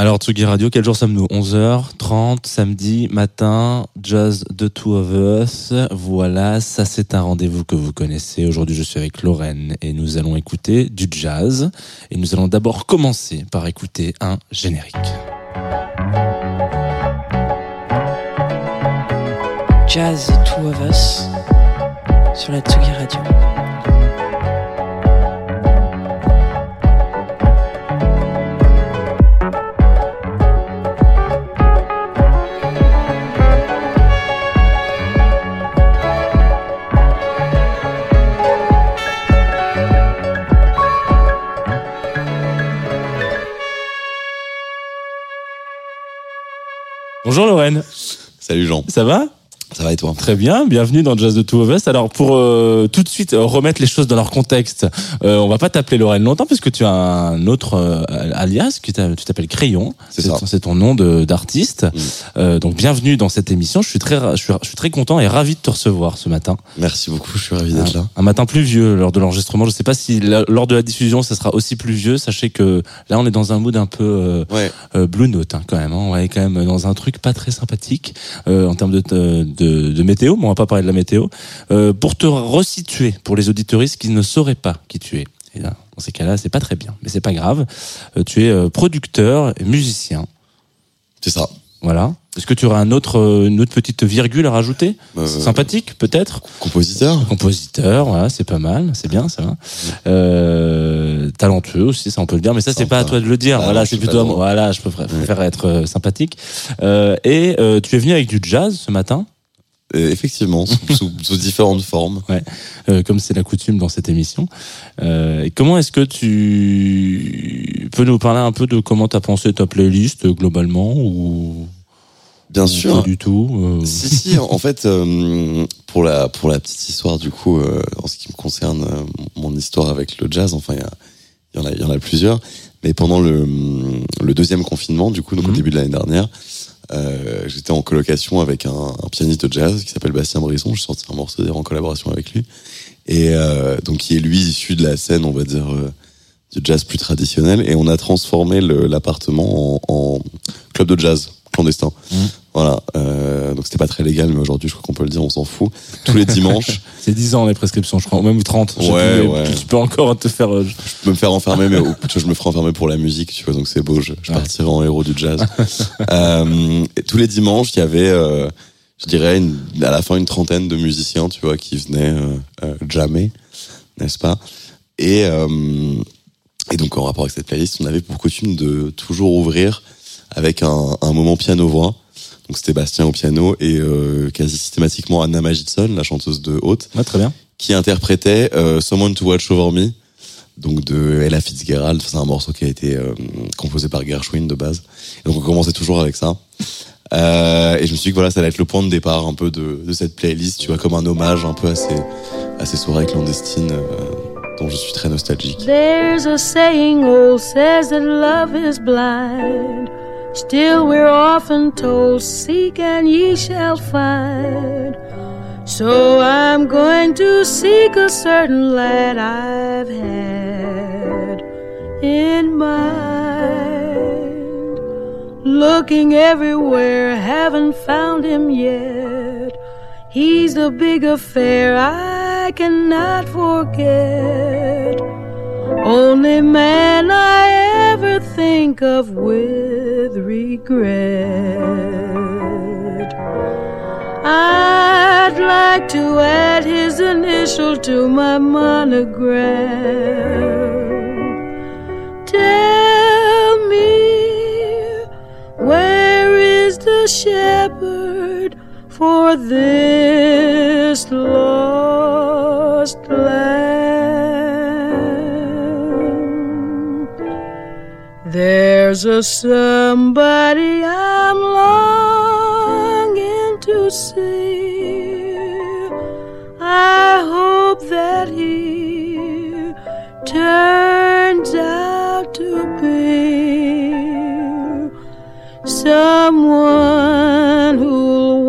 Alors Tsugi Radio, quel jour sommes-nous? 11h30, samedi matin, Jazz The Two of Us. Voilà, ça c'est un rendez-vous que vous connaissez. Aujourd'hui je suis avec Lorraine et nous allons écouter du jazz. Et nous allons d'abord commencer par écouter un générique. Jazz The Two of Us sur la Tsugi Radio. Bonjour Lorraine. Salut Jean. Ça va ? Ça va et toi? Très bien, bienvenue dans Jazz The Two of Us. Alors pour tout de suite remettre les choses dans leur contexte, on va pas t'appeler Lorraine longtemps parce que tu as un autre alias, tu t'appelles Crayon. C'est ton nom d'artiste. Donc bienvenue dans cette émission. Je suis très content et ravi de te recevoir ce matin. Merci beaucoup, je suis ravi d'être là. Un matin pluvieux lors de l'enregistrement. Je sais pas si lors de la diffusion ça sera aussi pluvieux. Sachez que là on est dans un mood un peu Blue Note quand même. On est quand même dans un truc pas très sympathique en termes de météo, mais on va pas parler de la météo. Pour te resituer, pour les auditeuristes qui ne sauraient pas qui tu es. Et là, dans ces cas-là, c'est pas très bien, mais c'est pas grave. Tu es producteur et musicien. C'est ça. Voilà. Est-ce que tu aurais une autre petite virgule à rajouter? Sympathique, peut-être? Compositeur, voilà, c'est pas mal, c'est bien, ça va. Talentueux aussi, ça on peut le dire, mais ça c'est pas à toi de le dire. Voilà, c'est plutôt voilà, je préfère être sympathique. Et tu es venu avec du jazz ce matin? Effectivement, sous différentes formes. Ouais, comme c'est la coutume dans cette émission. Comment est-ce que tu peux nous parler un peu de comment t'as pensé ta playlist globalement ou bien sûr pas du tout Si, en fait, pour la petite histoire du coup, en ce qui me concerne, mon histoire avec le jazz, enfin il y en a plusieurs. Mais pendant le deuxième confinement, du coup, donc au début de l'année dernière. J'étais en colocation avec un pianiste de jazz qui s'appelle Bastien Brisson. J'ai sorti un morceau en collaboration avec lui. Et donc qui est lui issu de la scène, on va dire, du jazz plus traditionnel. Et on a transformé l'appartement en club de jazz clandestin. Voilà. Donc c'était pas très légal, mais aujourd'hui je crois qu'on peut le dire, on s'en fout. Tous les dimanches. C'est 10 ans les prescriptions, je crois, ou même 30. Ouais. Tu peux encore te faire. Je peux me faire enfermer, mais je me ferai enfermer pour la musique, tu vois. Donc c'est beau, je partirai en héros du jazz. Et tous les dimanches, il y avait, je dirais, à la fin une trentaine de musiciens, tu vois, qui venaient jammer, n'est-ce pas? Et donc en rapport avec cette playlist, on avait pour coutume de toujours ouvrir avec un moment piano-voix. Donc c'était Bastien au piano et quasi systématiquement Anna Magidson, la chanteuse de Haute, très bien, qui interprétait Someone to Watch Over Me, donc de Ella Fitzgerald. C'est un morceau qui a été composé par Gershwin de base. Et donc on commençait toujours avec ça. Et je me suis dit que voilà, ça allait être le point de départ un peu de cette playlist, tu vois, comme un hommage un peu à ces soirées clandestines dont je suis très nostalgique. There's a saying old says that love is blind. Still we're often told, seek and ye shall find. So I'm going to seek a certain lad I've had in mind. Looking everywhere, haven't found him yet. He's the big affair I cannot forget. Only man I ever think of with regret. I'd like to add his initial to my monogram. Tell me, where is the shepherd for this lost lamb? There's a somebody I'm longing to see. I hope that he turns out to be someone who'll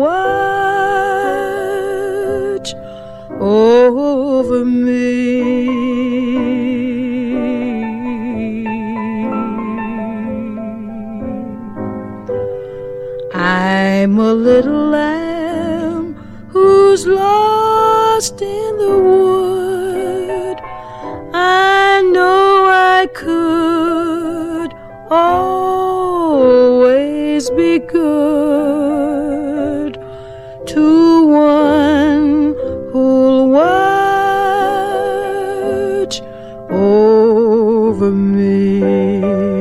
watch over me. I'm a little lamb who's lost in the wood. I know I could always be good to one who'll watch over me.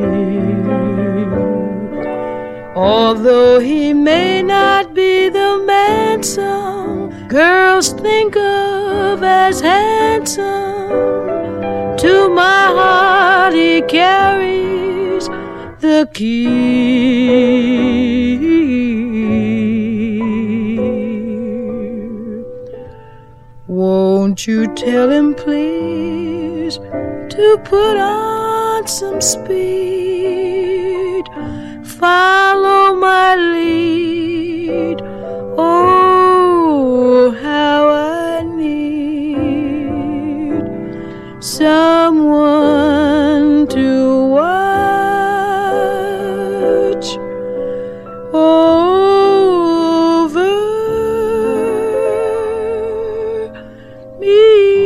Although he may not be the man some girls think of as handsome, to my heart he carries the key. Won't you tell him please to put on some speed, follow my lead, oh how I need someone to watch over me.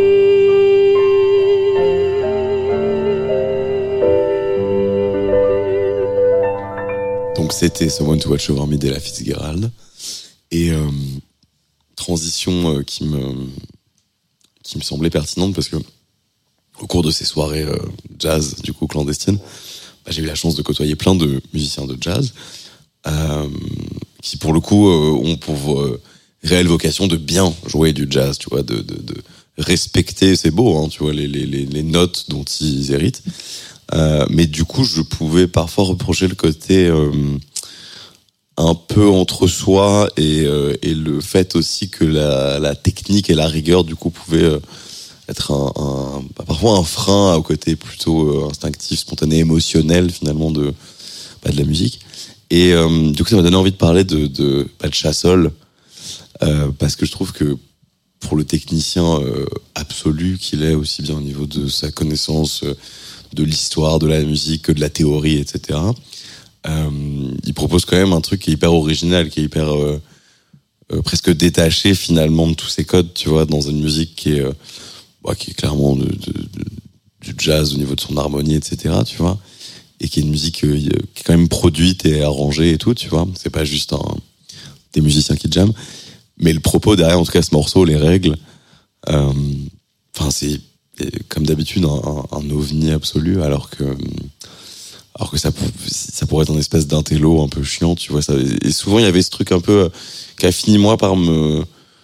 Donc c'était Someone to Watch Over Me d'Ella Fitzgerald. Et transition qui me semblait pertinente parce que au cours de ces soirées jazz du coup clandestines, j'ai eu la chance de côtoyer plein de musiciens de jazz qui pour le coup ont pour réelle vocation de bien jouer du jazz, tu vois, de respecter, c'est beau, hein, tu vois, les notes dont ils héritent. Mais du coup, je pouvais parfois reprocher le côté un peu entre soi et le fait aussi que la technique et la rigueur du coup pouvaient être parfois un frein au côté plutôt instinctif, spontané, émotionnel finalement de la musique. Et du coup, ça m'a donné envie de parler de Chassol parce que je trouve que pour le technicien absolu qu'il est, aussi bien au niveau de sa connaissance de l'histoire de la musique que de la théorie, etc. Il propose quand même un truc qui est hyper original, qui est hyper presque détaché finalement de tous ces codes, tu vois, dans une musique qui est clairement du jazz au niveau de son harmonie, etc. Tu vois, et qui est une musique qui est quand même produite et arrangée et tout, tu vois. C'est pas juste des musiciens qui jamment, mais le propos derrière, en tout cas, ce morceau, les règles, c'est comme d'habitude un ovni absolu, alors que ça pourrait être une espèce d'intello un peu chiant, tu vois. Et souvent il y avait ce truc un peu qui a fini moi par me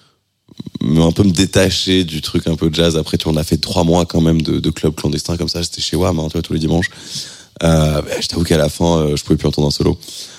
détacher du truc un peu jazz. Après, tu vois, on a fait 3 mois quand même de club clandestin comme ça, c'était chez WAM, hein, tu vois, tous les dimanches. Je t'avoue qu'à la fin je pouvais plus entendre un solo.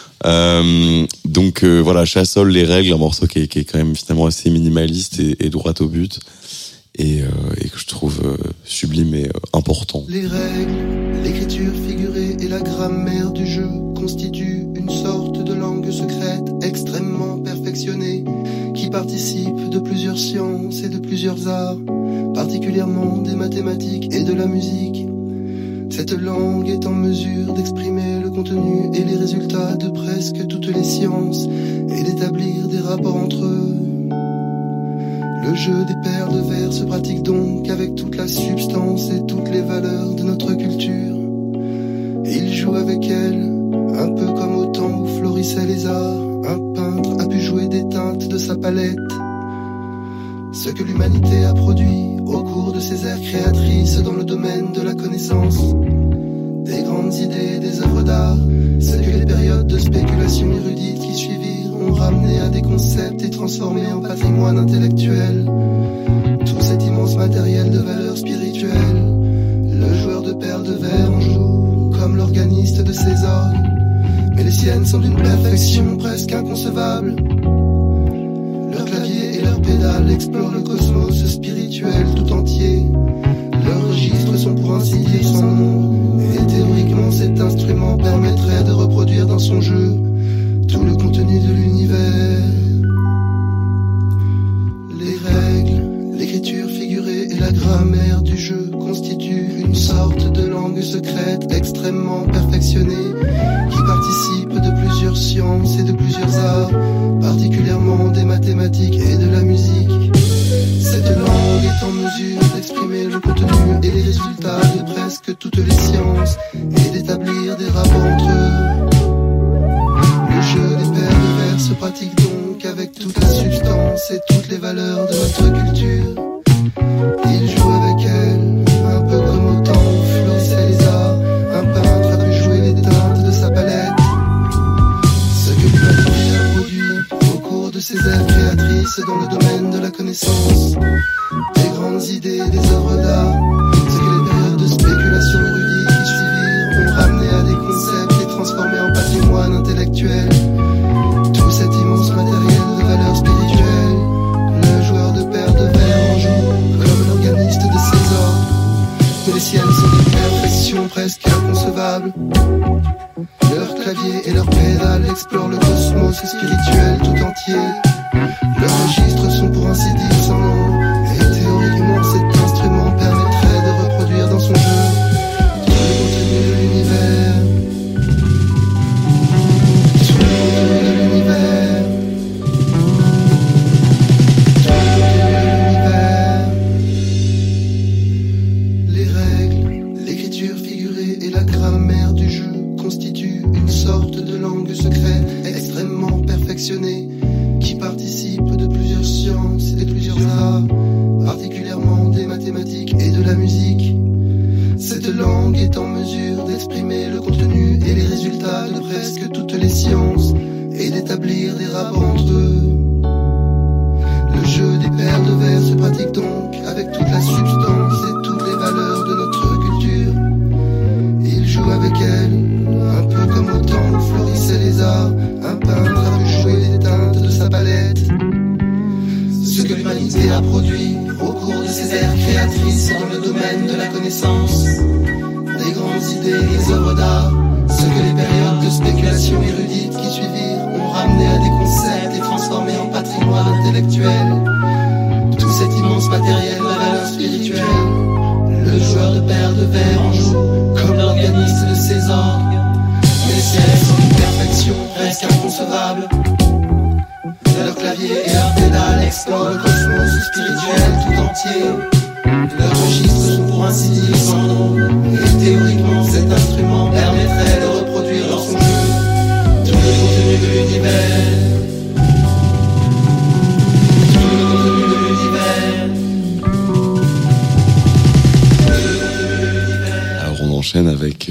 Donc voilà, Chassol, les règles, un morceau qui est quand même finalement assez minimaliste et droit au but. Et que je trouve sublime et important. Les règles, l'écriture figurée et la grammaire du jeu constituent une sorte de langue secrète extrêmement perfectionnée qui participe de plusieurs sciences et de plusieurs arts, particulièrement des mathématiques et de la musique. Cette langue est en mesure d'exprimer le contenu et les résultats de presque toutes les sciences et d'établir des rapports entre eux. Le jeu des paires de vers se pratique donc avec toute la substance et toutes les valeurs de notre culture. Et il joue avec elles, un peu comme au temps où florissaient les arts. Un peintre a pu jouer des teintes de sa palette. Ce que l'humanité a produit au cours de ses ères créatrices dans le domaine de la connaissance, des grandes idées, des œuvres d'art, ce que les périodes de spéculation érudite qui suivirent ont ramené à des concepts et transformé en patrimoine intellectuel. Tout cet immense matériel de valeur spirituelle, le joueur de perles de verre en joue comme l'organiste de ses orgues, mais les siennes sont d'une perfection presque inconcevable. Leur clavier et leurs pédales explorent le cosmos spirituel tout entier. Leurs registres sont pour ainsi dire sans nombre, et théoriquement cet instrument permettrait de reproduire dans son jeu tout le contenu de l'univers. Les règles, l'écriture figurée et la grammaire du jeu constituent une sorte de langue secrète extrêmement perfectionnée qui participe de plusieurs sciences et de plusieurs arts, mathématiques et de la musique. Cette langue est en mesure d'exprimer le contenu et les résultats de presque toutes les sciences et d'établir des rapports entre eux. Le jeu des paires de vers se pratique donc avec toute la substance et toutes les valeurs de notre culture. Il joue avec elle, un peu comme au temps où florissaient les arts. Un peintre a pu jouer les teintes de sa palette. Ce que l'humanité a produit au cours de ses ères créatrices dans le domaine de la connaissance, des grandes idées, des œuvres d'art, ce que les périodes de spéculation érudite qui suivirent ont ramené à des concepts et transformés en patrimoine intellectuel. Tout cet immense matériel de valeur spirituelle, le joueur de paires de verre en joue comme l'organiste de ses ordres. Mais les siennes sont des perfections presque inconcevables. Leurs claviers et leurs pédales explorent le cosmos spirituel tout entier. Leurs registres sont pour ainsi dire sans nom, et théoriquement cet instrument permettrait de reproduire dans son jeu tout le contenu de l'univers. Tout le contenu de l'univers. Tout le contenu de l'univers. Les règles, l'écriture figurée et la grammaire du jeu constituent une sorte de langue secrète extrêmement perfectionnée qui participe de plusieurs sciences et de plusieurs arts, particulièrement des mathématiques et de la musique. Cette langue est en mesure d'exprimer le contenu et les résultats de presque toutes les sciences et d'établir des rapports entre eux. Le jeu des paires de vers se pratique donc avec toute la substance et toutes les valeurs de notre culture. Il joue avec elle, un peu comme au temps où florissaient les arts. Un peintre a pu jouer les teintes de sa palette. Ce que l'humanité a produit au cours de ses ères créatrices dans le domaine de la connaissance, des grandes idées, des œuvres d'art, ce que les périodes de spéculation érudite qui suivirent ont ramené à des concepts et transformé en patrimoine intellectuel. Tout cet immense matériel de valeur spirituelle, le joueur de paires de verre en joue comme l'organiste de ses orgues. Mais si elles sont une perfection presque inconcevable, leurs claviers et leurs pédales explorent le cosmos spirituel tout entier. Leurs registres sont pour ainsi dire sans nom, et théoriquement cet instrument permettrait de reproduire dans son jeu tout le contenu de l'univers. Tout le contenu de l'univers. Alors on enchaîne avec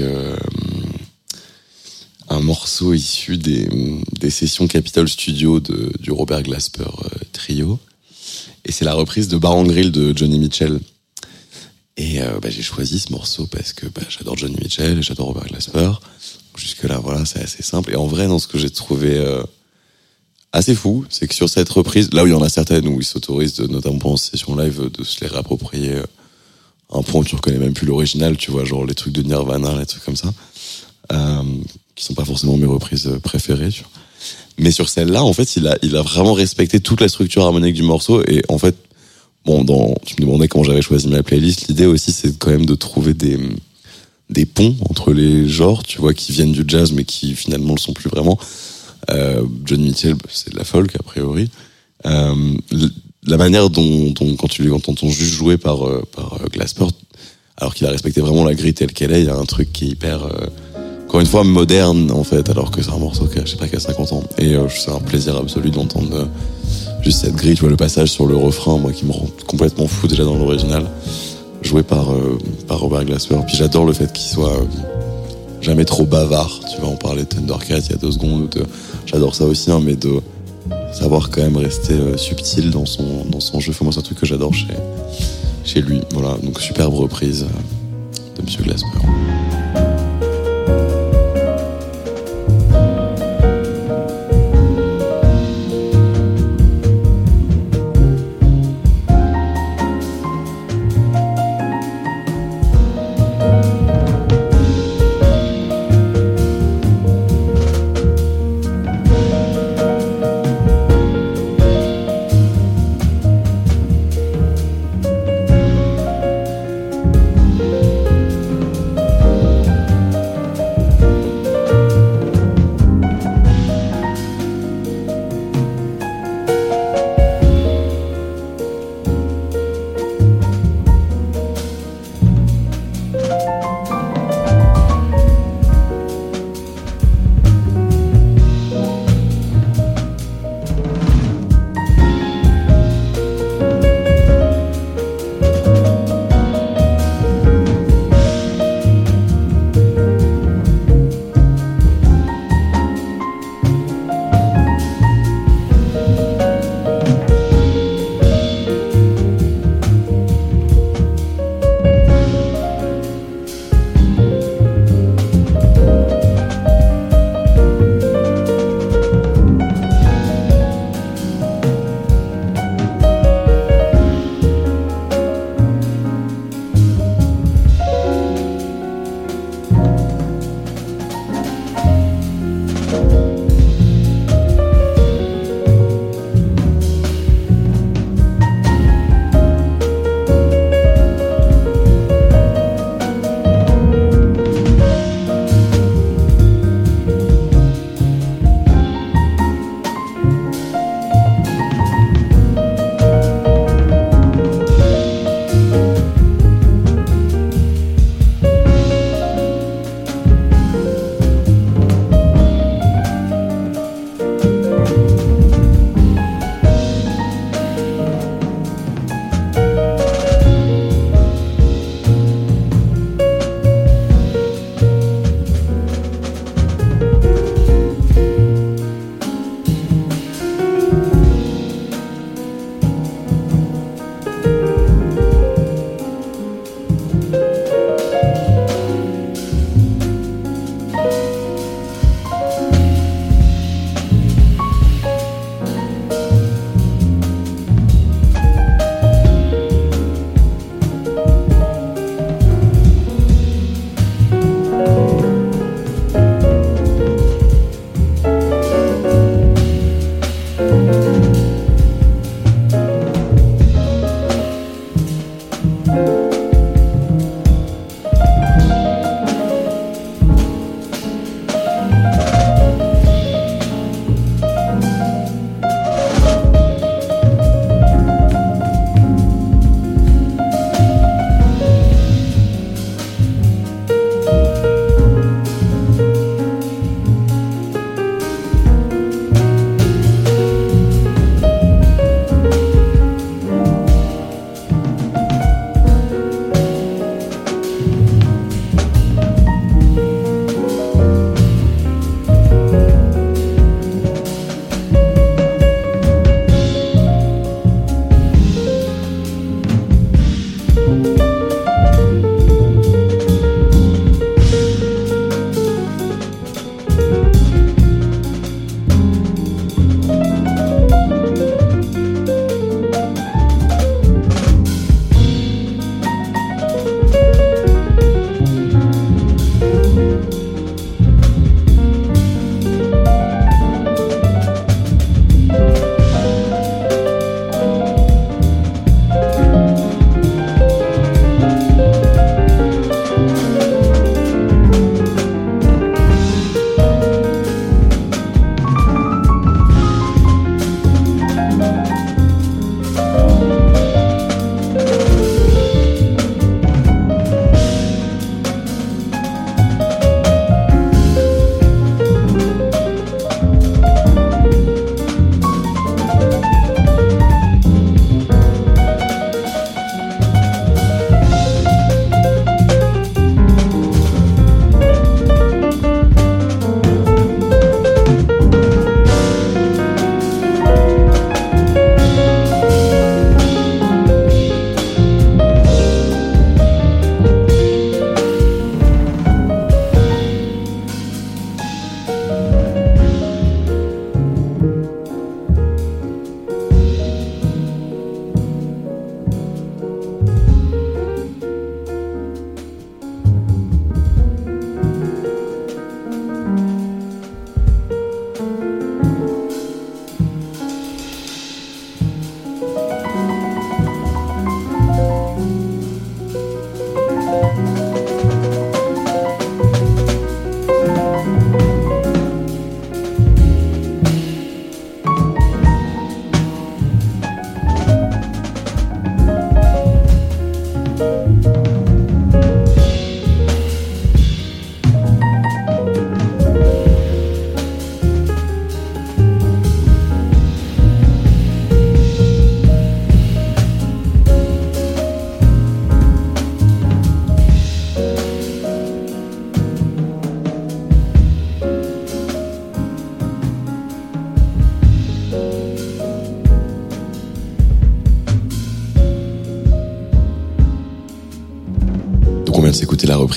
un morceau issu des sessions Capitol Studio du Robert Glasper Trio, et c'est la reprise de Bar and Grill de Johnny Mitchell. Et j'ai choisi ce morceau parce que j'adore Johnny Mitchell et j'adore Robert Glasper. Jusque là, voilà, c'est assez simple. Et en vrai, dans ce que j'ai trouvé assez fou, c'est que sur cette reprise, là où il y en a certaines où ils s'autorisent, notamment pendant ces sessions live, de se les réapproprier à un point où tu reconnais même plus l'original, tu vois, genre les trucs de Nirvana, les trucs comme ça. Qui sont pas forcément mes reprises préférées, tu vois. Mais sur celle-là, en fait, il a vraiment respecté toute la structure harmonique du morceau. Et en fait, tu me demandais comment j'avais choisi ma playlist. L'idée aussi, c'est quand même de trouver des ponts entre les genres, tu vois, qui viennent du jazz, mais qui finalement le sont plus vraiment. Johnny Mitchell, c'est de la folk, a priori. La manière dont quand tu l'entends juste jouer par Glasper, alors qu'il a respecté vraiment la grille telle qu'elle est, il y a un truc qui est hyper... encore une fois moderne en fait, alors que c'est un morceau qui a 50 ans, et c'est un plaisir absolu d'entendre juste cette grille, tu vois, le passage sur le refrain, moi qui me rend complètement fou déjà dans l'original, joué par Robert Glasper. Puis j'adore le fait qu'il soit jamais trop bavard, tu vois, on parlait de Thundercat il y a 2 secondes, j'adore ça aussi, hein, mais de savoir quand même rester subtil dans son jeu. Moi, c'est un truc que j'adore chez lui. Voilà, donc superbe reprise de Monsieur Glasper.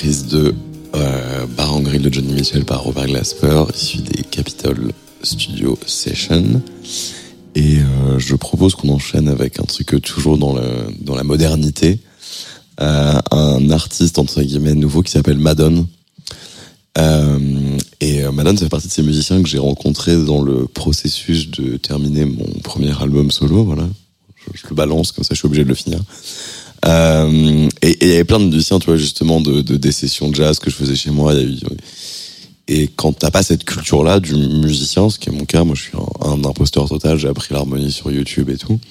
reprise de Bar en Grill de Johnny Mitchell par Robert Glasper, issu des Capitol Studio Sessions. Et je propose qu'on enchaîne avec un truc toujours dans la modernité, un artiste entre guillemets nouveau qui s'appelle Madone. Et Madone, ça fait partie de ces musiciens que j'ai rencontrés dans le processus de terminer mon premier album solo. Voilà, je le balance comme ça, je suis obligé de le finir. Et il y avait plein de musiciens, tu vois, justement, des sessions de jazz que je faisais chez moi. Et quand t'as pas cette culture-là du musicien, ce qui est mon cas, moi je suis un imposteur total, j'ai appris l'harmonie sur YouTube et tout.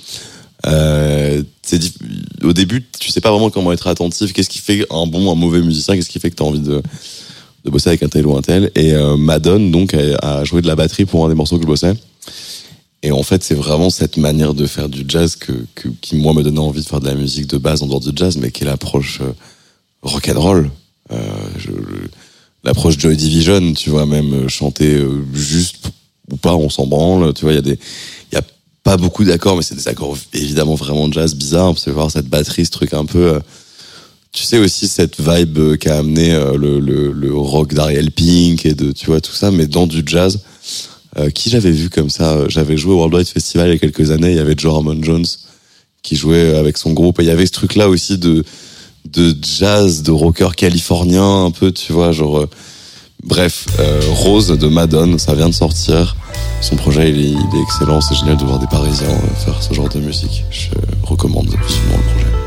Au début, tu sais pas vraiment comment être attentif, qu'est-ce qui fait un bon, un mauvais musicien, qu'est-ce qui fait que t'as envie de bosser avec un tel ou un tel. Et Madone, donc, a joué de la batterie pour un des morceaux que je bossais. Et en fait, c'est vraiment cette manière de faire du jazz qui moi me donnait envie de faire de la musique de base en dehors du jazz, mais qui est l'approche rock'n'roll. L'approche Joy Division, tu vois, même chanter juste ou pas, on s'en branle, tu vois, il y a pas beaucoup d'accords, mais c'est des accords évidemment vraiment jazz bizarres, parce que voir cette batterie, ce truc un peu, tu sais aussi cette vibe qui a amené le rock d'Ariel Pink et de, tu vois, tout ça, mais dans du jazz. Qui j'avais vu comme ça, j'avais joué au Worldwide Festival il y a quelques années, il y avait Joe Ramon Jones qui jouait avec son groupe, et il y avait ce truc là aussi de jazz, de rocker californien un peu, tu vois, genre bref, Rose de Madone, ça vient de sortir, son projet il est excellent, c'est génial de voir des Parisiens faire ce genre de musique, je recommande absolument le projet.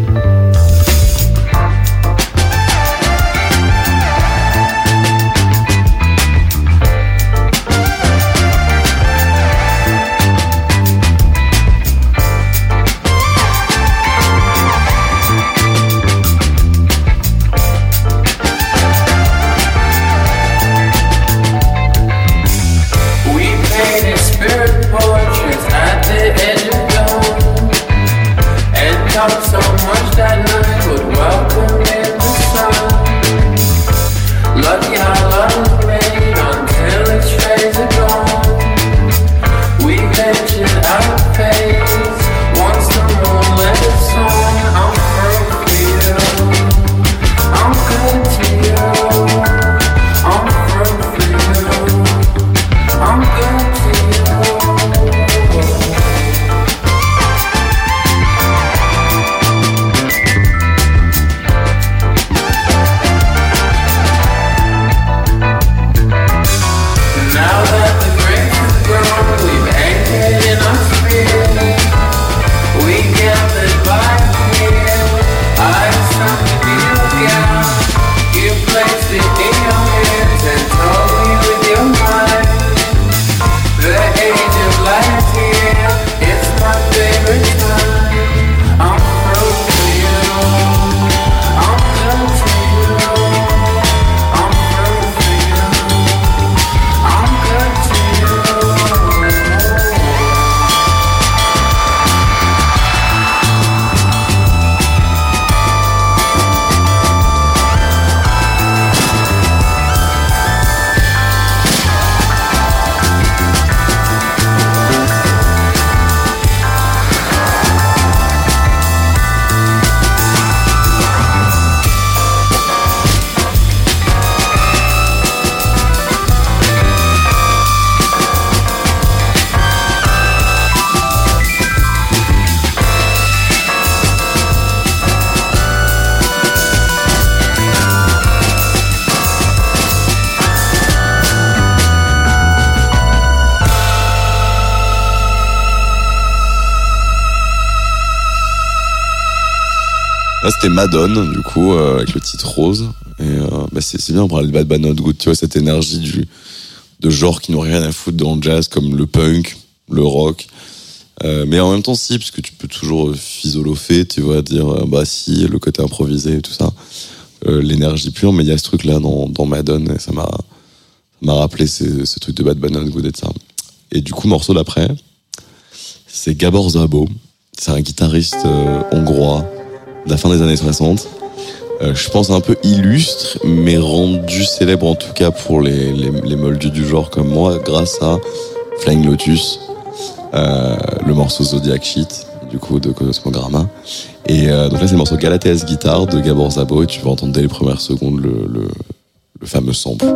Là, c'était Madone, du coup, avec le titre Rose. Et c'est bien pour parler de Bad Bad Not Good, tu vois, cette énergie de genre qui n'ont rien à foutre dans le jazz, comme le punk, le rock. Mais en même temps, si, parce que tu peux toujours philosopher, tu vois, dire, si, le côté improvisé et tout ça. L'énergie pure, mais il y a ce truc-là dans Madone, et ça m'a rappelé ce truc de Bad Bad Not Good et de ça. Et du coup, morceau d'après, c'est Gabor Szabo. C'est un guitariste hongrois de la fin des années 60. Je pense un peu illustre, mais rendu célèbre en tout cas pour les moldus du genre comme moi, grâce à Flying Lotus, le morceau Zodiac Shit. du coup de Cosmogramma. Et donc là c'est le morceau Galateas Guitare de Gabor Szabo et tu vas entendre dès les premières secondes le fameux sample.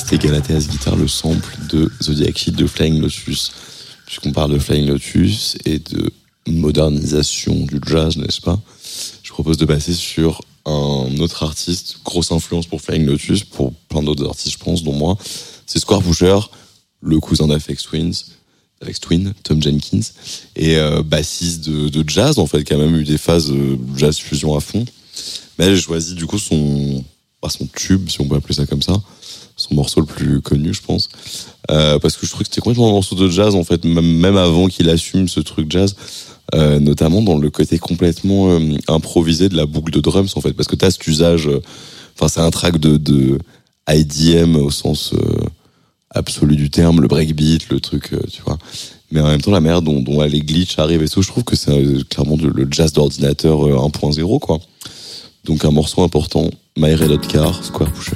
c'était Galatea's Guitar, le sample de Zodiac Kid de Flying Lotus. Puisqu'on parle de Flying Lotus et de modernisation du jazz, n'est-ce pas? Je propose de passer sur un autre artiste, grosse influence pour Flying Lotus, pour plein d'autres artistes, je pense, dont moi. C'est Square Pusher, le cousin d'Aphex Twin, Tom Jenkins, et bassiste de jazz, en fait, qui a même eu des phases jazz fusion à fond. Mais j'ai choisi, du coup, son tube, si on peut appeler ça comme ça, son morceau le plus connu, je pense, parce que je trouve que c'était complètement un morceau de jazz, en fait, même avant qu'il assume ce truc jazz, notamment dans le côté complètement improvisé de la boucle de drums, en fait, parce que t'as cet usage, c'est un track de IDM au sens absolu du terme, le breakbeat, le truc, tu vois. Mais en même temps, la manière dont les glitches arrivent et tout, je trouve que c'est clairement le jazz d'ordinateur 1.0, quoi. Donc un morceau important, My Red Hot Car, Square Pusher.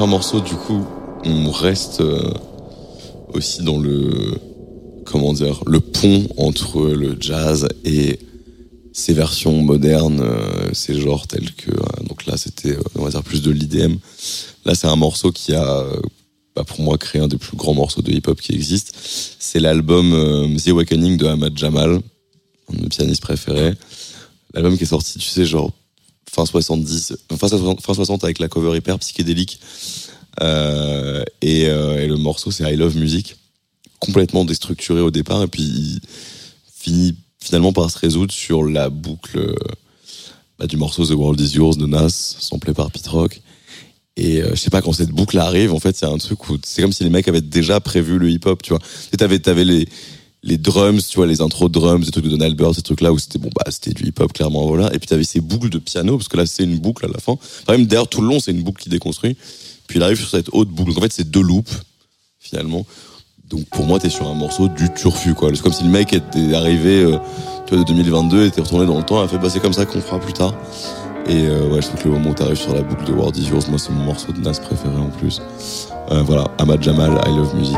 prochain morceau, du coup, on reste aussi dans le pont entre le jazz et ces versions modernes, ces genres tels que donc là c'était on va dire plus de l'IDM. Là c'est un morceau qui a pour moi créé un des plus grands morceaux de hip-hop qui existe. C'est l'album The Awakening de Ahmad Jamal, un de mes pianistes préférés. L'album qui est sorti, tu sais, genre fin 60 avec la cover hyper psychédélique. Et le morceau c'est I Love Music, complètement déstructuré au départ, et puis il finit finalement par se résoudre sur la boucle du morceau The World Is Yours de Nas, samplé par Pete Rock. Et je sais pas, quand cette boucle arrive, en fait, il y a un truc où c'est comme si les mecs avaient déjà prévu le hip-hop, tu vois. T'avais les drums, tu vois, les intros de drums, des trucs de Don Albert, ces trucs-là où c'était c'était du hip-hop, clairement, voilà. Et puis t'avais ces boucles de piano, parce que là, c'est une boucle à la fin. Enfin, même d'ailleurs, tout le long, c'est une boucle qui déconstruit. Puis il arrive sur cette haute boucle. Donc, en fait, c'est 2 loops, finalement. Donc, pour moi, t'es sur un morceau du turfu, quoi. C'est comme si le mec était arrivé, tu vois, de 2022, était retourné dans le temps, et a fait, c'est comme ça qu'on fera plus tard. Et je trouve que le moment où t'arrives sur la boucle de World Is Yours, moi, c'est mon morceau de Nas préféré en plus. Voilà, Ahmad Jamal, I Love Music.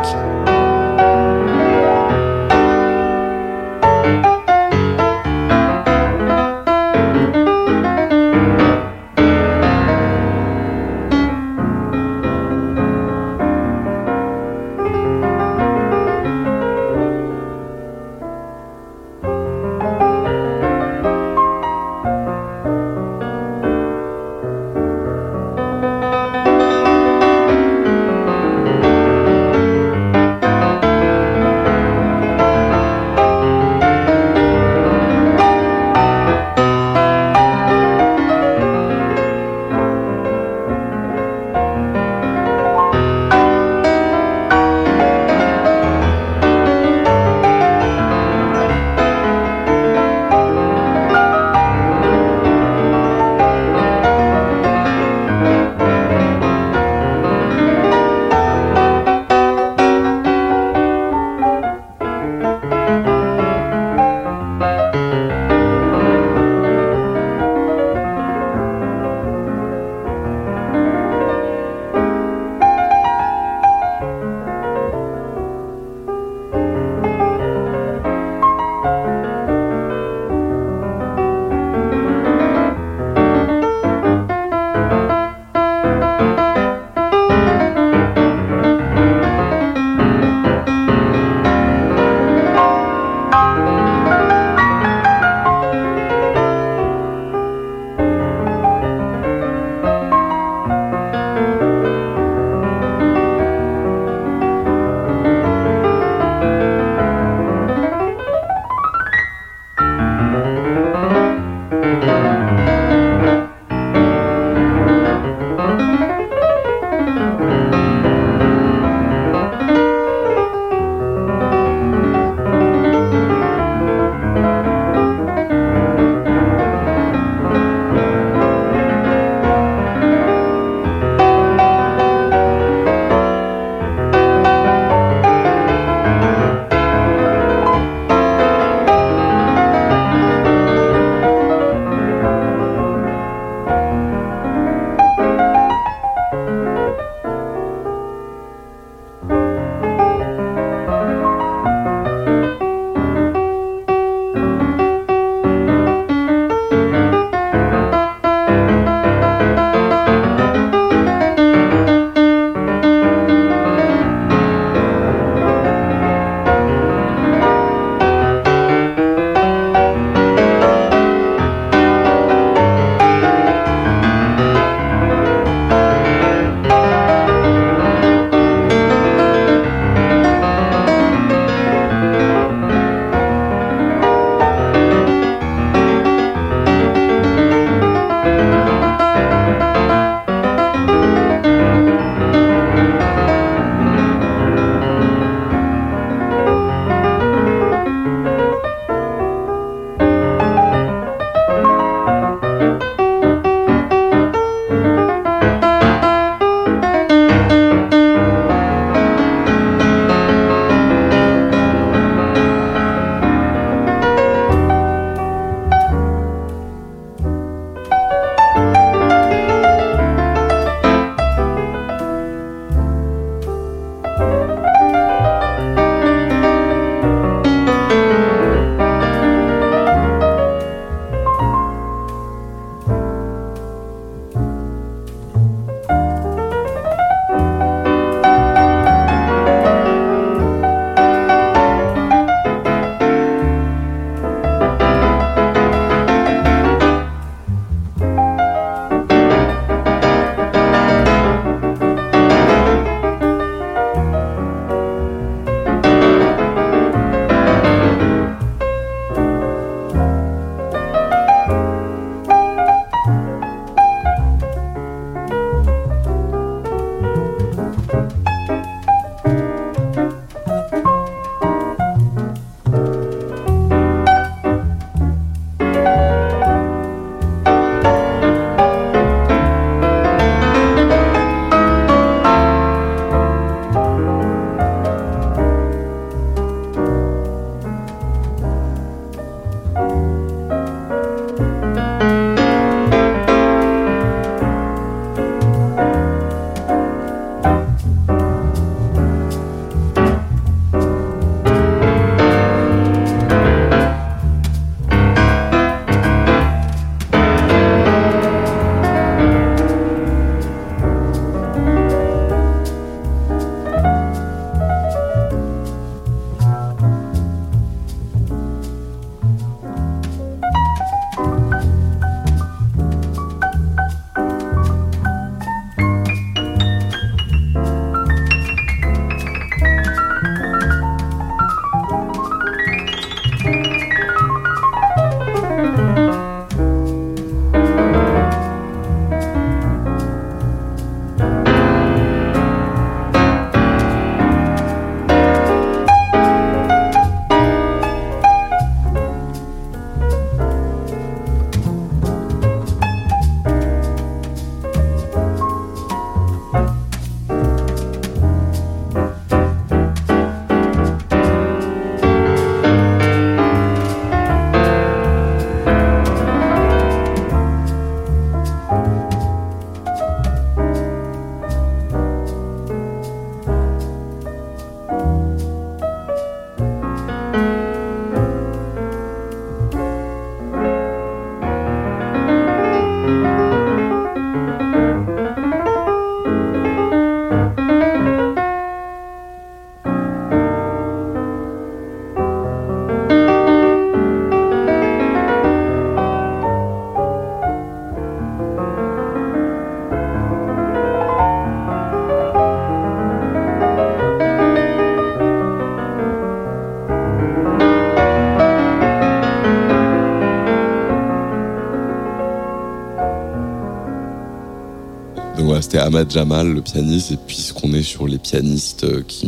c'était Ahmad Jamal, le pianiste, et puisqu'on est sur les pianistes qui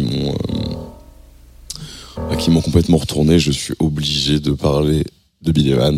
m'ont complètement retourné, je suis obligé de parler de Bill Evans.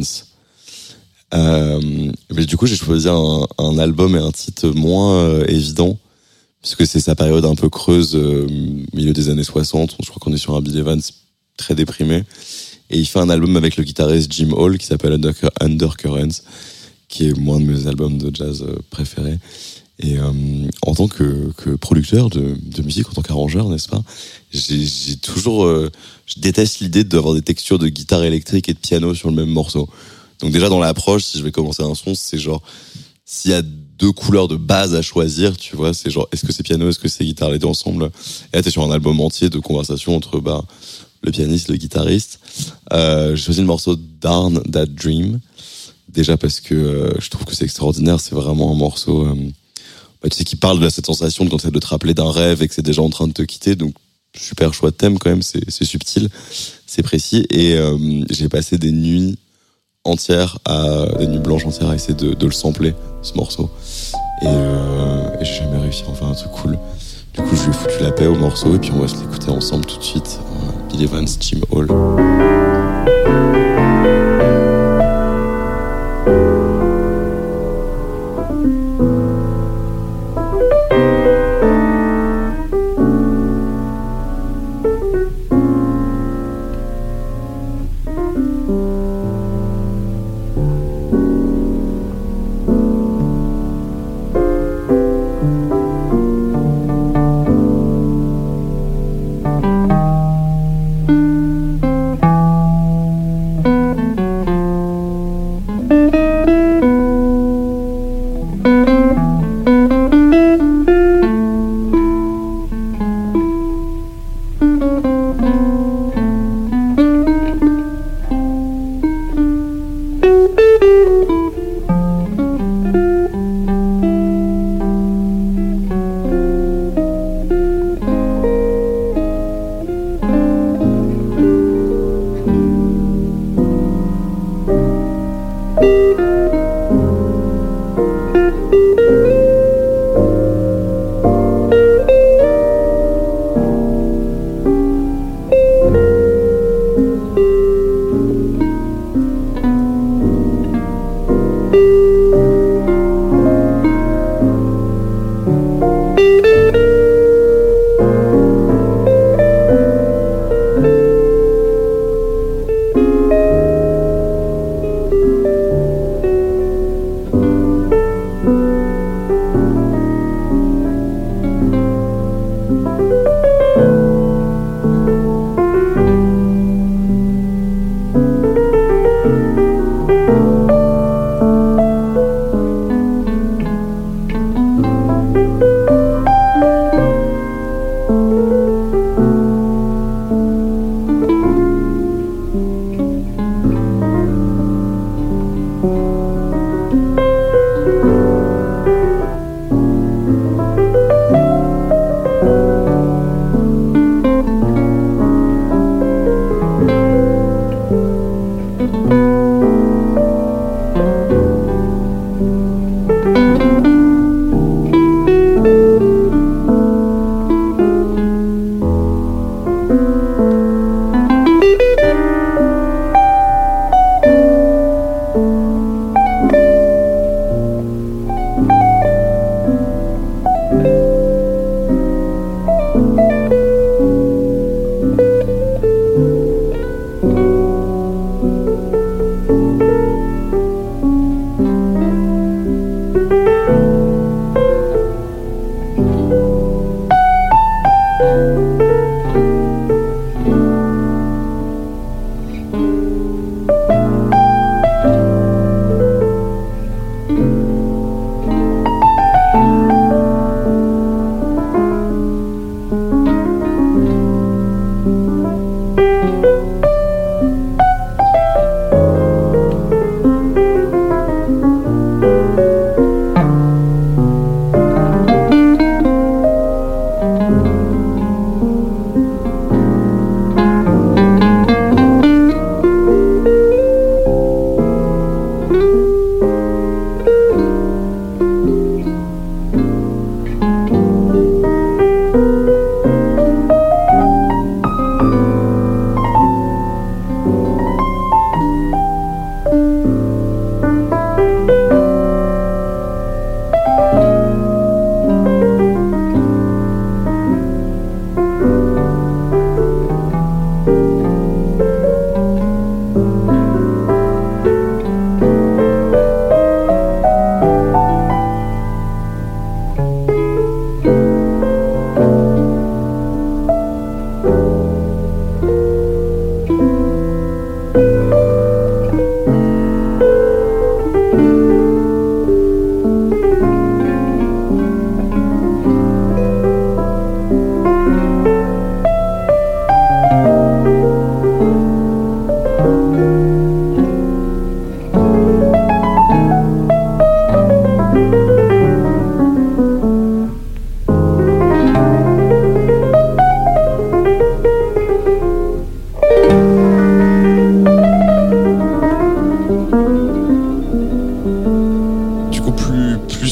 Mais du coup, j'ai choisi un album et un titre moins évident, puisque c'est sa période un peu creuse, milieu des années 60. Je crois qu'on est sur un Bill Evans très déprimé. Et il fait un album avec le guitariste Jim Hall qui s'appelle Undercurrents, qui est un de mes albums de jazz préférés. Et en tant que producteur de musique, en tant qu'arrangeur, n'est-ce pas, j'ai toujours... je déteste l'idée d'avoir des textures de guitare électrique et de piano sur le même morceau. Donc déjà dans l'approche, si je vais commencer un son, c'est genre... S'il y a 2 couleurs de base à choisir, tu vois, c'est genre, est-ce que c'est piano, est-ce que c'est guitare, les deux ensemble? Et là, t'es sur un album entier de conversation entre le pianiste, le guitariste. J'ai choisi le morceau Darn That Dream, déjà parce que je trouve que c'est extraordinaire. C'est vraiment un morceau tu sais, qui parle de cette sensation de quand tu de te rappeler d'un rêve et que c'est déjà en train de te quitter. Donc super choix de thème quand même, c'est subtil, c'est précis. Et j'ai passé des nuits blanches entières à essayer de le sampler, ce morceau. Et j'ai jamais réussi à en faire un truc cool. Du coup, je lui ai foutu la paix au morceau et puis on va se l'écouter ensemble tout de suite. Bill Evans, Jim Hall.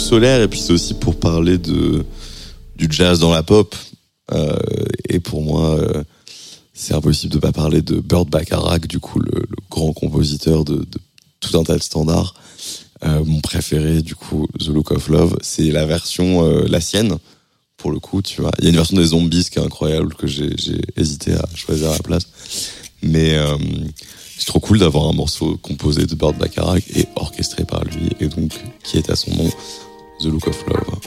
solaire, et puis c'est aussi pour parler du jazz dans la pop. Et pour moi, c'est impossible de pas parler de Burt Bacharach, du coup, le grand compositeur de tout un tas de standards. Mon préféré, du coup, The Look of Love, c'est la version, la sienne, pour le coup, tu vois. Il y a une version des Zombies qui est incroyable, que j'ai hésité à choisir à la place. Mais c'est trop cool d'avoir un morceau composé de Burt Bacharach et orchestré par lui, et donc qui est à son nom, The Look of Love.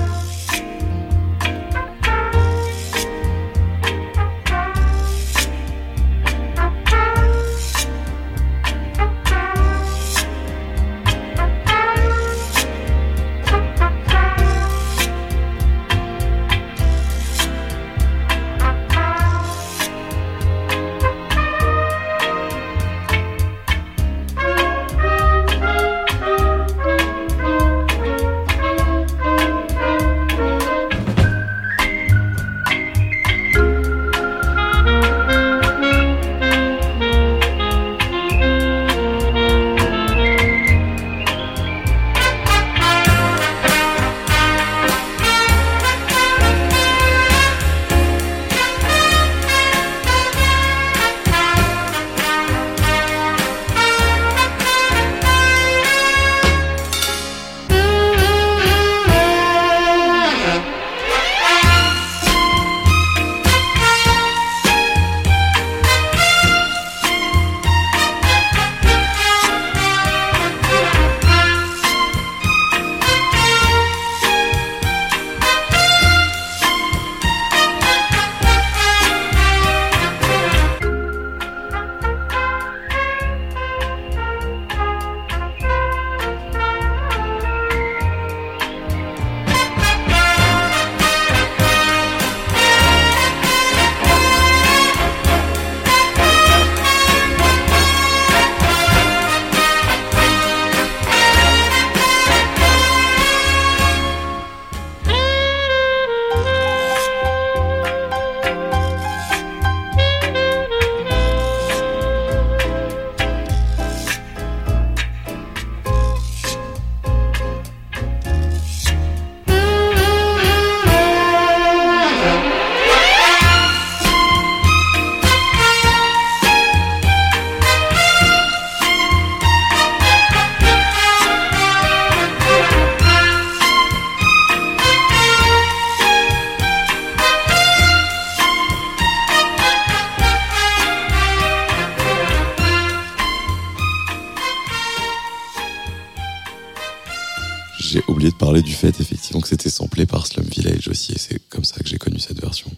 J'ai oublié de parler du fait, effectivement, que c'était samplé par Slum Village aussi, et c'est comme ça que j'ai connu cette version.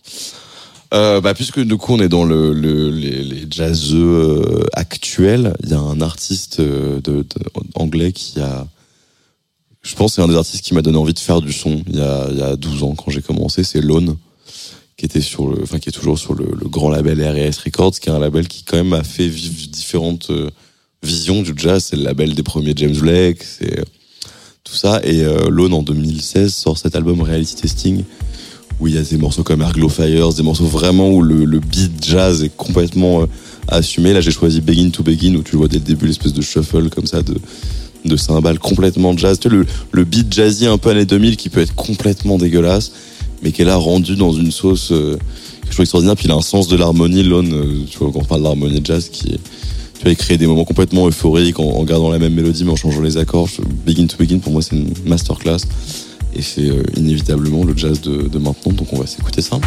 Puisque du coup on est dans les jazzeux actuels, il y a un artiste anglais qui a, je pense, c'est un des artistes qui m'a donné envie de faire du son il y a 12 ans quand j'ai commencé, c'est Lone, qui était qui est toujours sur le grand label R&S Records, qui est un label qui quand même a fait vivre différentes visions du jazz. C'est le label des premiers James Blake, c'est tout ça. Et Lone en 2016 sort cet album Reality Testing, où il y a des morceaux comme Airglow Fires, des morceaux vraiment où le beat jazz est complètement assumé. Là j'ai choisi Begin to Begin, où tu vois dès le début l'espèce de shuffle comme ça de cymbales complètement jazz. Tu vois, le beat jazzy un peu années 2000 qui peut être complètement dégueulasse, mais qui est là rendu dans une sauce que je trouve extraordinaire. Puis il a un sens de l'harmonie, Lone, tu vois, quand on parle d'harmonie jazz, qui est, tu vois, il crée des moments complètement euphoriques en gardant la même mélodie mais en changeant les accords. Begin to Begin, pour moi, c'est une masterclass. Et c'est inévitablement le jazz de maintenant, donc on va s'écouter ça.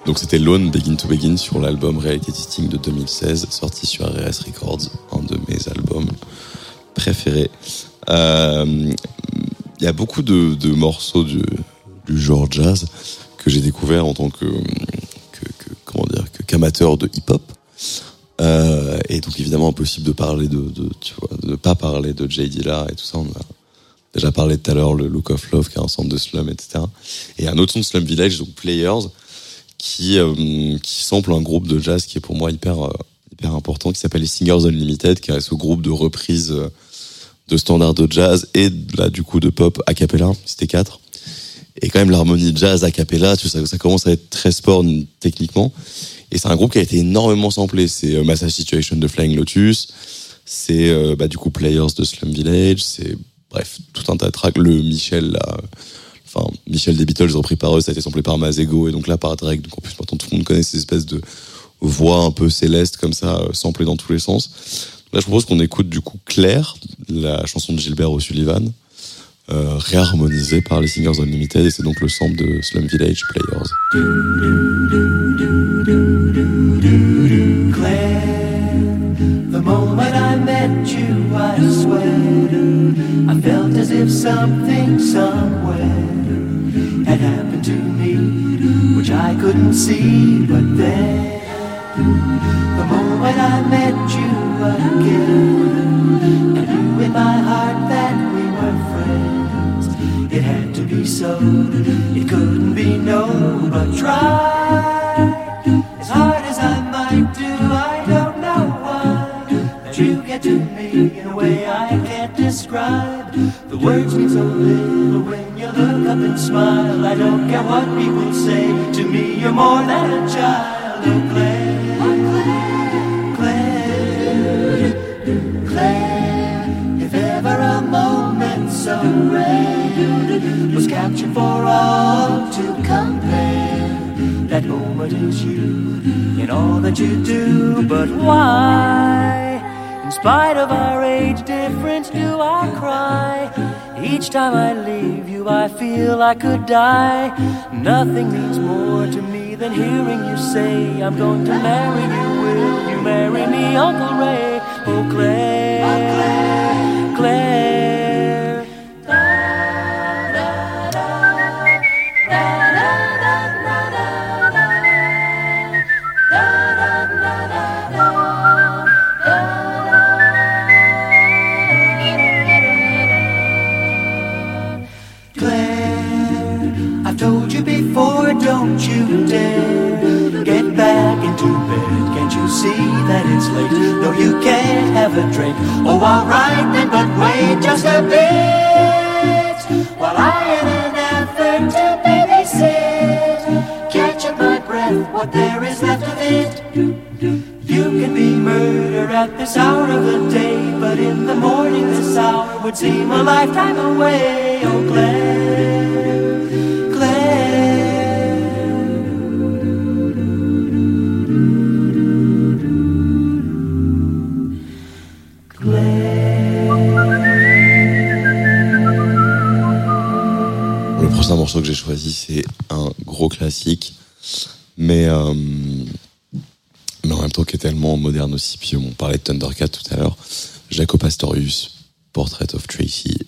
Donc c'était Lone Begin to Begin sur l'album Reality Testing de 2016, sorti sur RS Records, un de mes albums préférés. Il y a beaucoup de morceaux du genre jazz que j'ai découvert en tant qu'amateur de hip-hop. Et donc évidemment impossible de parler de ne pas parler de J Dilla et tout ça. On a déjà parlé tout à l'heure, le Look of Love qui est un centre de slum, etc. Et un autre son de Slum Village, donc Players, qui sample un groupe de jazz qui est pour moi hyper important, qui s'appelle les Singers Unlimited, qui est ce groupe de reprises de standards de jazz et là du coup de pop a cappella. C'était 4. Et quand même l'harmonie jazz a cappella, tu sais, ça commence à être très sport techniquement. Et c'est un groupe qui a été énormément samplé. C'est Massage Situation de Flying Lotus, c'est du coup Players de Slum Village, c'est bref tout un tas de tracks. Michel des Beatles repris par eux, ça a été samplé par Masego et donc là par Drake. Donc en plus maintenant tout le monde connaît ces espèces de voix un peu célestes comme ça, samplées dans tous les sens. Là je propose qu'on écoute du coup Claire, la chanson de Gilbert O'Sullivan, réharmonisée par les Singers Unlimited, et c'est donc le sample de Slum Village, Players. Claire, the moment I met you, I swear, I felt as if something somewhere had happened to me, which I couldn't see, but then, the moment I met you again, I knew in my heart that we were friends. It had to be so, it couldn't be no, but try, as hard as I might do, I don't know why, that you get to me in a way I can't describe. The words mean so little when you look up and smile. I don't care what people say, to me you're more than a child. Oh Claire, Claire, Claire, if ever a moment so rare was captured for all to compare, that moment is you in all that you do. But why, in spite of our age difference, do I cry? Each time I leave you I feel I could die. Nothing means more to me than hearing you say, I'm going to marry you, will you marry me, Uncle Ray? Oh Claire, Claire, told you before, don't you dare get back into bed. Can't you see that it's late? No, you can't have a drink. Oh, alright then, but wait just a bit, while I in an effort to babysit, catch up my breath, what there is left of it. You can be murder at this hour of the day, but in the morning this hour would seem a lifetime away. Oh, Claire, Le prochain morceau que j'ai choisi, c'est un gros classique, mais en même temps qui est tellement moderne aussi. Puis on parlait de Thundercat tout à l'heure. Jaco Pastorius, Portrait of Tracy.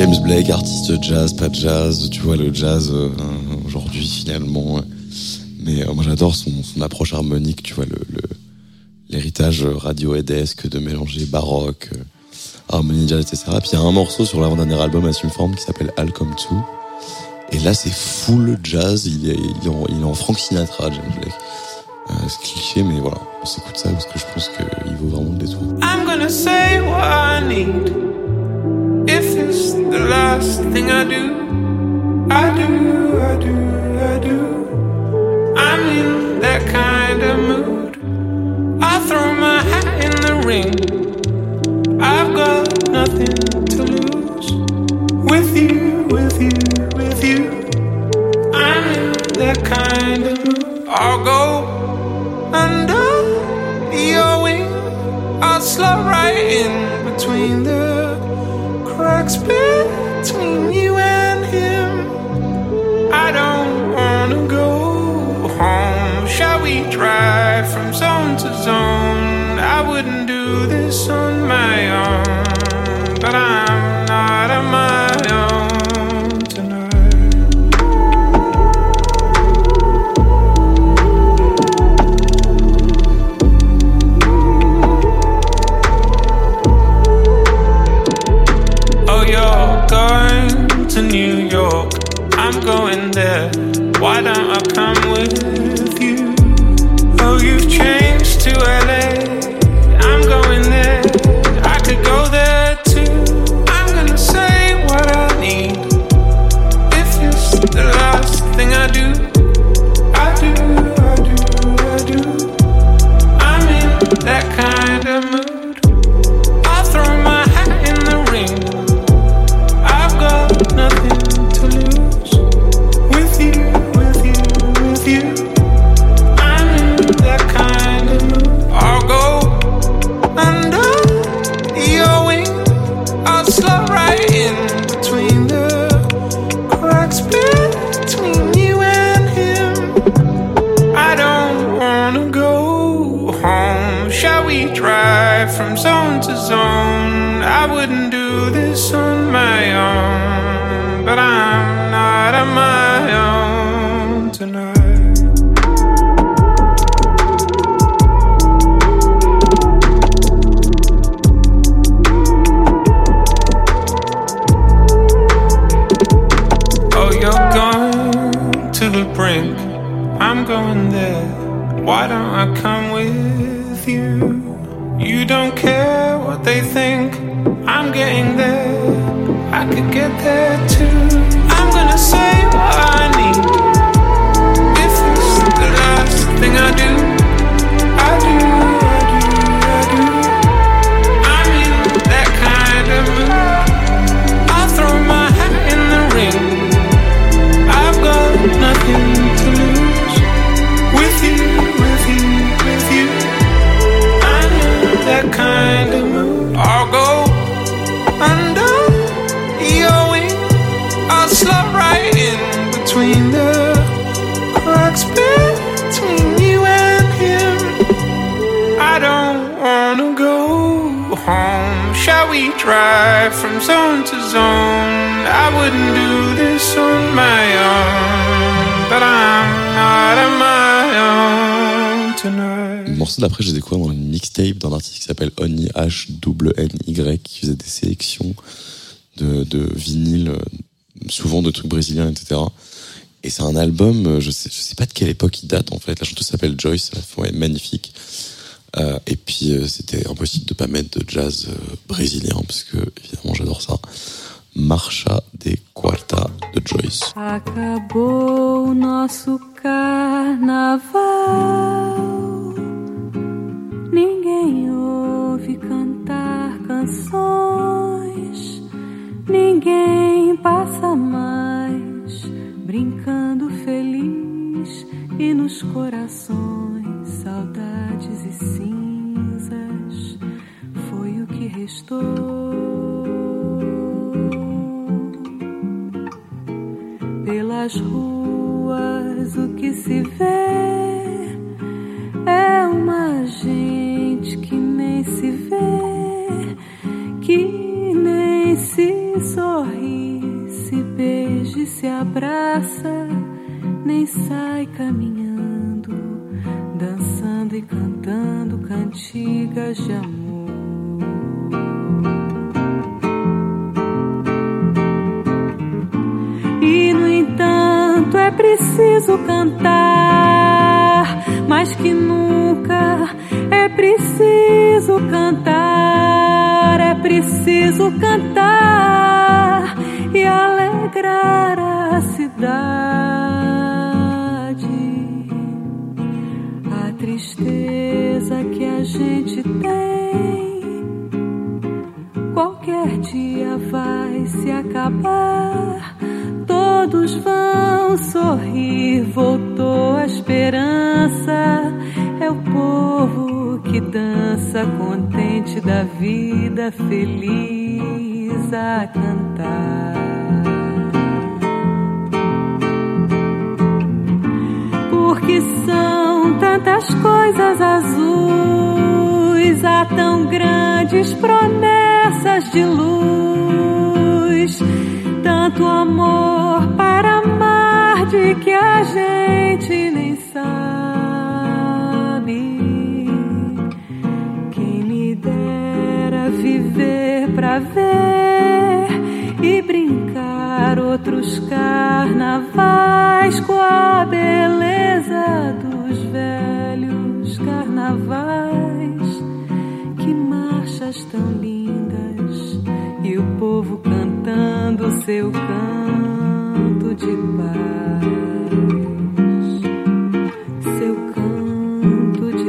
James Blake, artiste jazz, pas jazz, tu vois le jazz aujourd'hui finalement. Mais moi j'adore son approche harmonique, tu vois l'héritage Radioheadesque de mélanger baroque, harmonie jazz, etc. Puis il y a un morceau sur l'avant-dernier album Assume Form qui s'appelle I'll Come To. Et là c'est full jazz, il est en Frank Sinatra, James Blake. C'est cliché, mais voilà, on s'écoute ça parce que je pense qu'il vaut vraiment le détour. I'm gonna say what I need. If it's the last thing I do, I do, I do, I do. I'm in that kind of mood. I throw my hat in the ring. I've got nothing to lose. With you, with you, with you. I'm in that kind of mood. I'll go under your wing. I'll slide right in between the cracks between you and him. I don't wanna go home. Shall we drive from zone to zone? I wouldn't do this on my own, but I'm not on my own tonight. Going to New York, I'm going there. Why don't I come with you? Oh, you've changed to LA, I'm going there. I could go there too. I'm gonna say what I need. If it's the last thing I do, I do, I do, I do. I'm in that kind of mood. I'll throw my hat in the ring. Nothing to lose. With you, with you, with you. I'm in that kind of mood. I'll go under your wing. I'll slide right in between the cracks between you and him. I don't wanna go home. Shall we drive from zone to zone? I wouldn't do this on my own. But I'm not on my own tonight. Oh, you're going to the brink. I'm going there. Why don't I come with you? You don't care what they think. I'm getting there. I could get there too. I'm gonna say what I need. If it's the last thing I do, I do, I do, I do. I'm in that kind of mood. I'll throw my hat in the ring. I've got nothing to lose. With you, with you, with you. I'm in that kind of mood. I'll go under your wing. I'll slide right in between the cracks between you and him. I don't wanna go home. Shall we drive from zone to zone? I wouldn't do this on my own, but I'm not on my own tonight. Le morceau d'après, j'ai découvert dans une mixtape d'un artiste qui s'appelle Only H-N-Y, qui faisait des sélections de vinyles, souvent de trucs brésiliens, etc. Et c'est un album, je sais pas de quelle époque il date en fait. La chanteuse s'appelle Joyce, la fois est magnifique. Et puis c'était impossible de pas mettre de jazz brésilien parce que évidemment j'adore ça. Marcha de Quarta de Joyce. Acabou o nosso carnaval. Ninguém ouve cantar canções. Ninguém passa mais brincando feliz e nos corações saudades e cinzas foi o que restou. Pelas ruas o que se vê é uma gente que nem se vê, que nem se sorri. beija e se abraça, nem sai caminhando, dançando e cantando cantigas de amor. E no entanto é preciso cantar, mais que nunca é preciso cantar, é preciso cantar e alegrar a cidade. A tristeza que a gente tem qualquer dia vai se acabar. Todos vão sorrir, voltou a esperança. É o povo que dança, contente da vida, feliz a cantar. Porque são tantas coisas azuis, há tão grandes promessas de luz, tanto amor para amar de que a gente nem sabe. Quem me dera viver pra ver e brincar outros carnavais com a beleza dos velhos carnavais. Que marchas tão lindas e o povo cantando seu canto de paz, seu canto de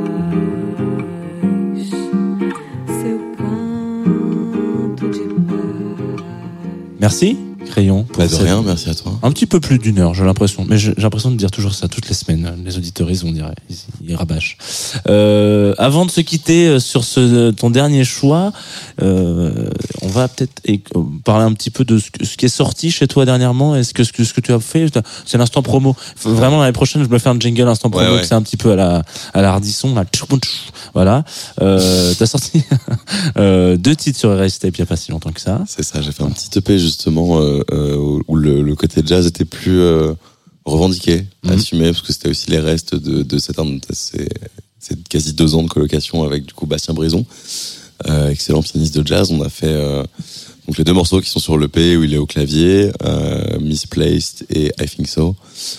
paz, seu canto de paz. Merci, Crayon. Pas de rien, merci à toi. Un petit peu plus d'1 heure, j'ai l'impression. Mais j'ai l'impression de dire toujours ça toutes les semaines. Les auditeuristes vont dire, ils rabâchent. Avant de se quitter sur ton dernier choix, on va peut-être parler un petit peu de ce qui est sorti chez toi dernièrement. Est-ce que ce que tu as fait, c'est l'instant promo. Vraiment, l'année prochaine, je me fais un jingle instant promo, ouais. C'est un petit peu à la Hardisson, là. Voilà. T'as sorti 2 titres sur Erase Tape il y a pas si longtemps que ça. C'est ça, j'ai fait un petit EP justement où le côté jazz était plus revendiqué, assumé, parce que c'était aussi les restes de c'est quasi 2 ans de colocation avec du coup Bastien Brison, excellent pianiste de jazz. On a fait donc les 2 morceaux qui sont sur l'EP où il est au clavier, Misplaced et I Think So,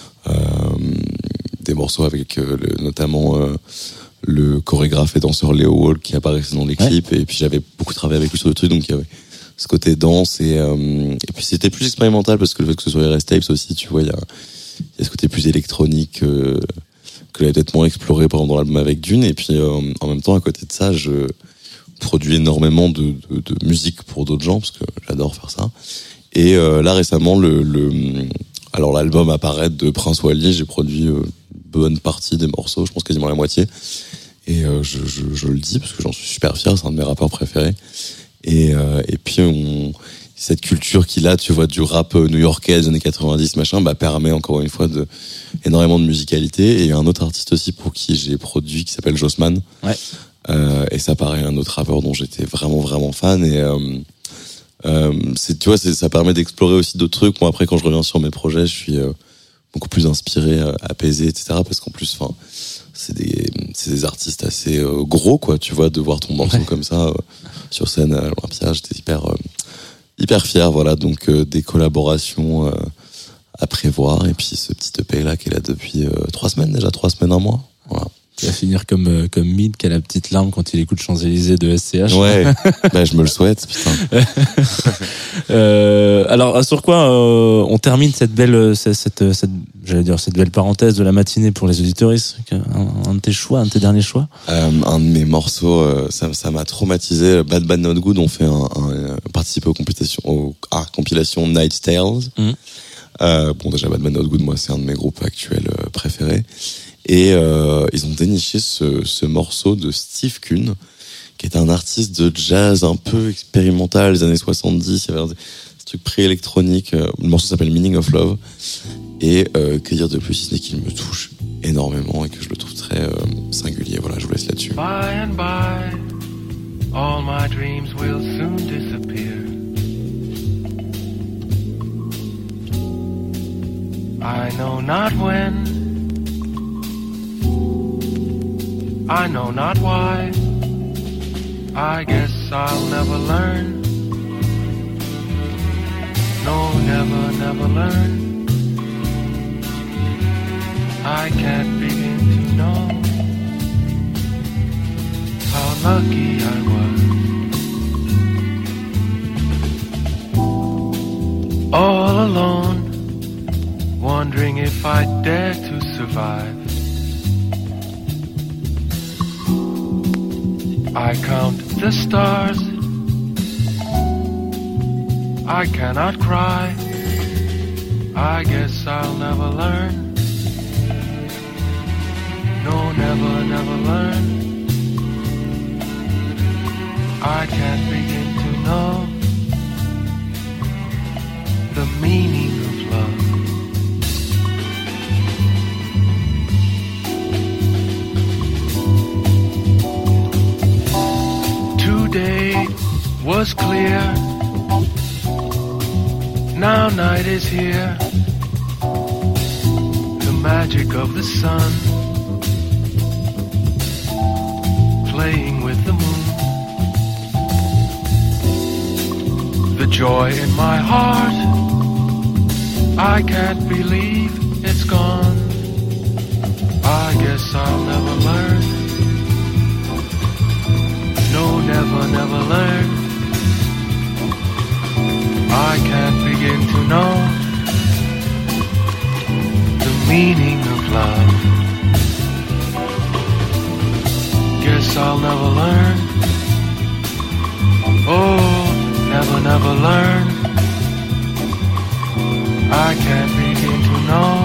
des morceaux avec notamment le chorégraphe et danseur Léo Wall qui apparaissait dans les clips, et puis j'avais beaucoup travaillé avec lui sur le truc, donc il y avait ce côté danse et puis c'était plus expérimental parce que le fait que ce soit Erase Tapes aussi, tu vois, il y a ce côté plus électronique que j'avais peut-être moins exploré pendant l'album avec Dune. Et puis en même temps, à côté de ça, je produis énormément de musique pour d'autres gens parce que j'adore faire ça. Et là récemment, alors l'album apparaît de Prince Wally, j'ai produit une bonne partie des morceaux, je pense quasiment la moitié. Et je le dis parce que j'en suis super fier, c'est un de mes rappeurs préférés. Et puis cette culture qu'il a, tu vois, du rap new-yorkais des années 90, machin, permet encore une fois énormément de musicalité. Et il y a un autre artiste aussi pour qui j'ai produit qui s'appelle Jossman. Ouais. Et ça paraît un autre rappeur dont j'étais vraiment vraiment fan. Et tu vois, ça permet d'explorer aussi d'autres trucs. Moi après, quand je reviens sur mes projets, je suis beaucoup plus inspiré, apaisé, etc. Parce qu'en plus, enfin, c'est des artistes assez gros, quoi. Tu vois, de voir ton morceau comme ça sur scène à l'Olympia, j'étais hyper fier. Voilà, donc des collaborations à prévoir. Et puis ce petit EP là qui est là depuis 3 semaines déjà, 3 semaines, 1 mois. Voilà. Tu vas finir comme Mid qui a la petite larme quand il écoute Champs-Élysées de SCH. Ouais, je me le souhaite, putain. Alors sur quoi on termine cette belle parenthèse de la matinée pour les auditeuristes? Un de tes choix, un de tes derniers choix? Un de mes morceaux, ça m'a traumatisé. Bad Bad Not Good, on fait participer aux compilations Night's Tales. Bon, déjà Bad Bad Not Good, moi c'est un de mes groupes actuels préférés. Et ils ont déniché ce morceau de Steve Kuhn, qui est un artiste de jazz un peu expérimental des années 70. Il y avait ce truc pré-électronique. Le morceau s'appelle Meaning of Love. Et que dire de plus, si ce n'est qu'il me touche énormément et que je le trouve très singulier. Voilà, je vous laisse là-dessus. By and by, all my dreams will soon disappear. I know not when, I know not why, I guess I'll never learn. No, never, never learn. I can't begin to know how lucky I was. All alone, wondering if I'd dare to survive. I count the stars, I cannot cry, I guess I'll never learn. No, never, never learn. I can't begin to know the meaning of love. Today was clear, now night is here. The magic of the sun playing with the moon. The joy in my heart, I can't believe it's gone. I guess I'll never learn. No, never, never learn. I can't begin to know the meaning of love. Guess I'll never learn. Oh, never, never learn. I can't begin to know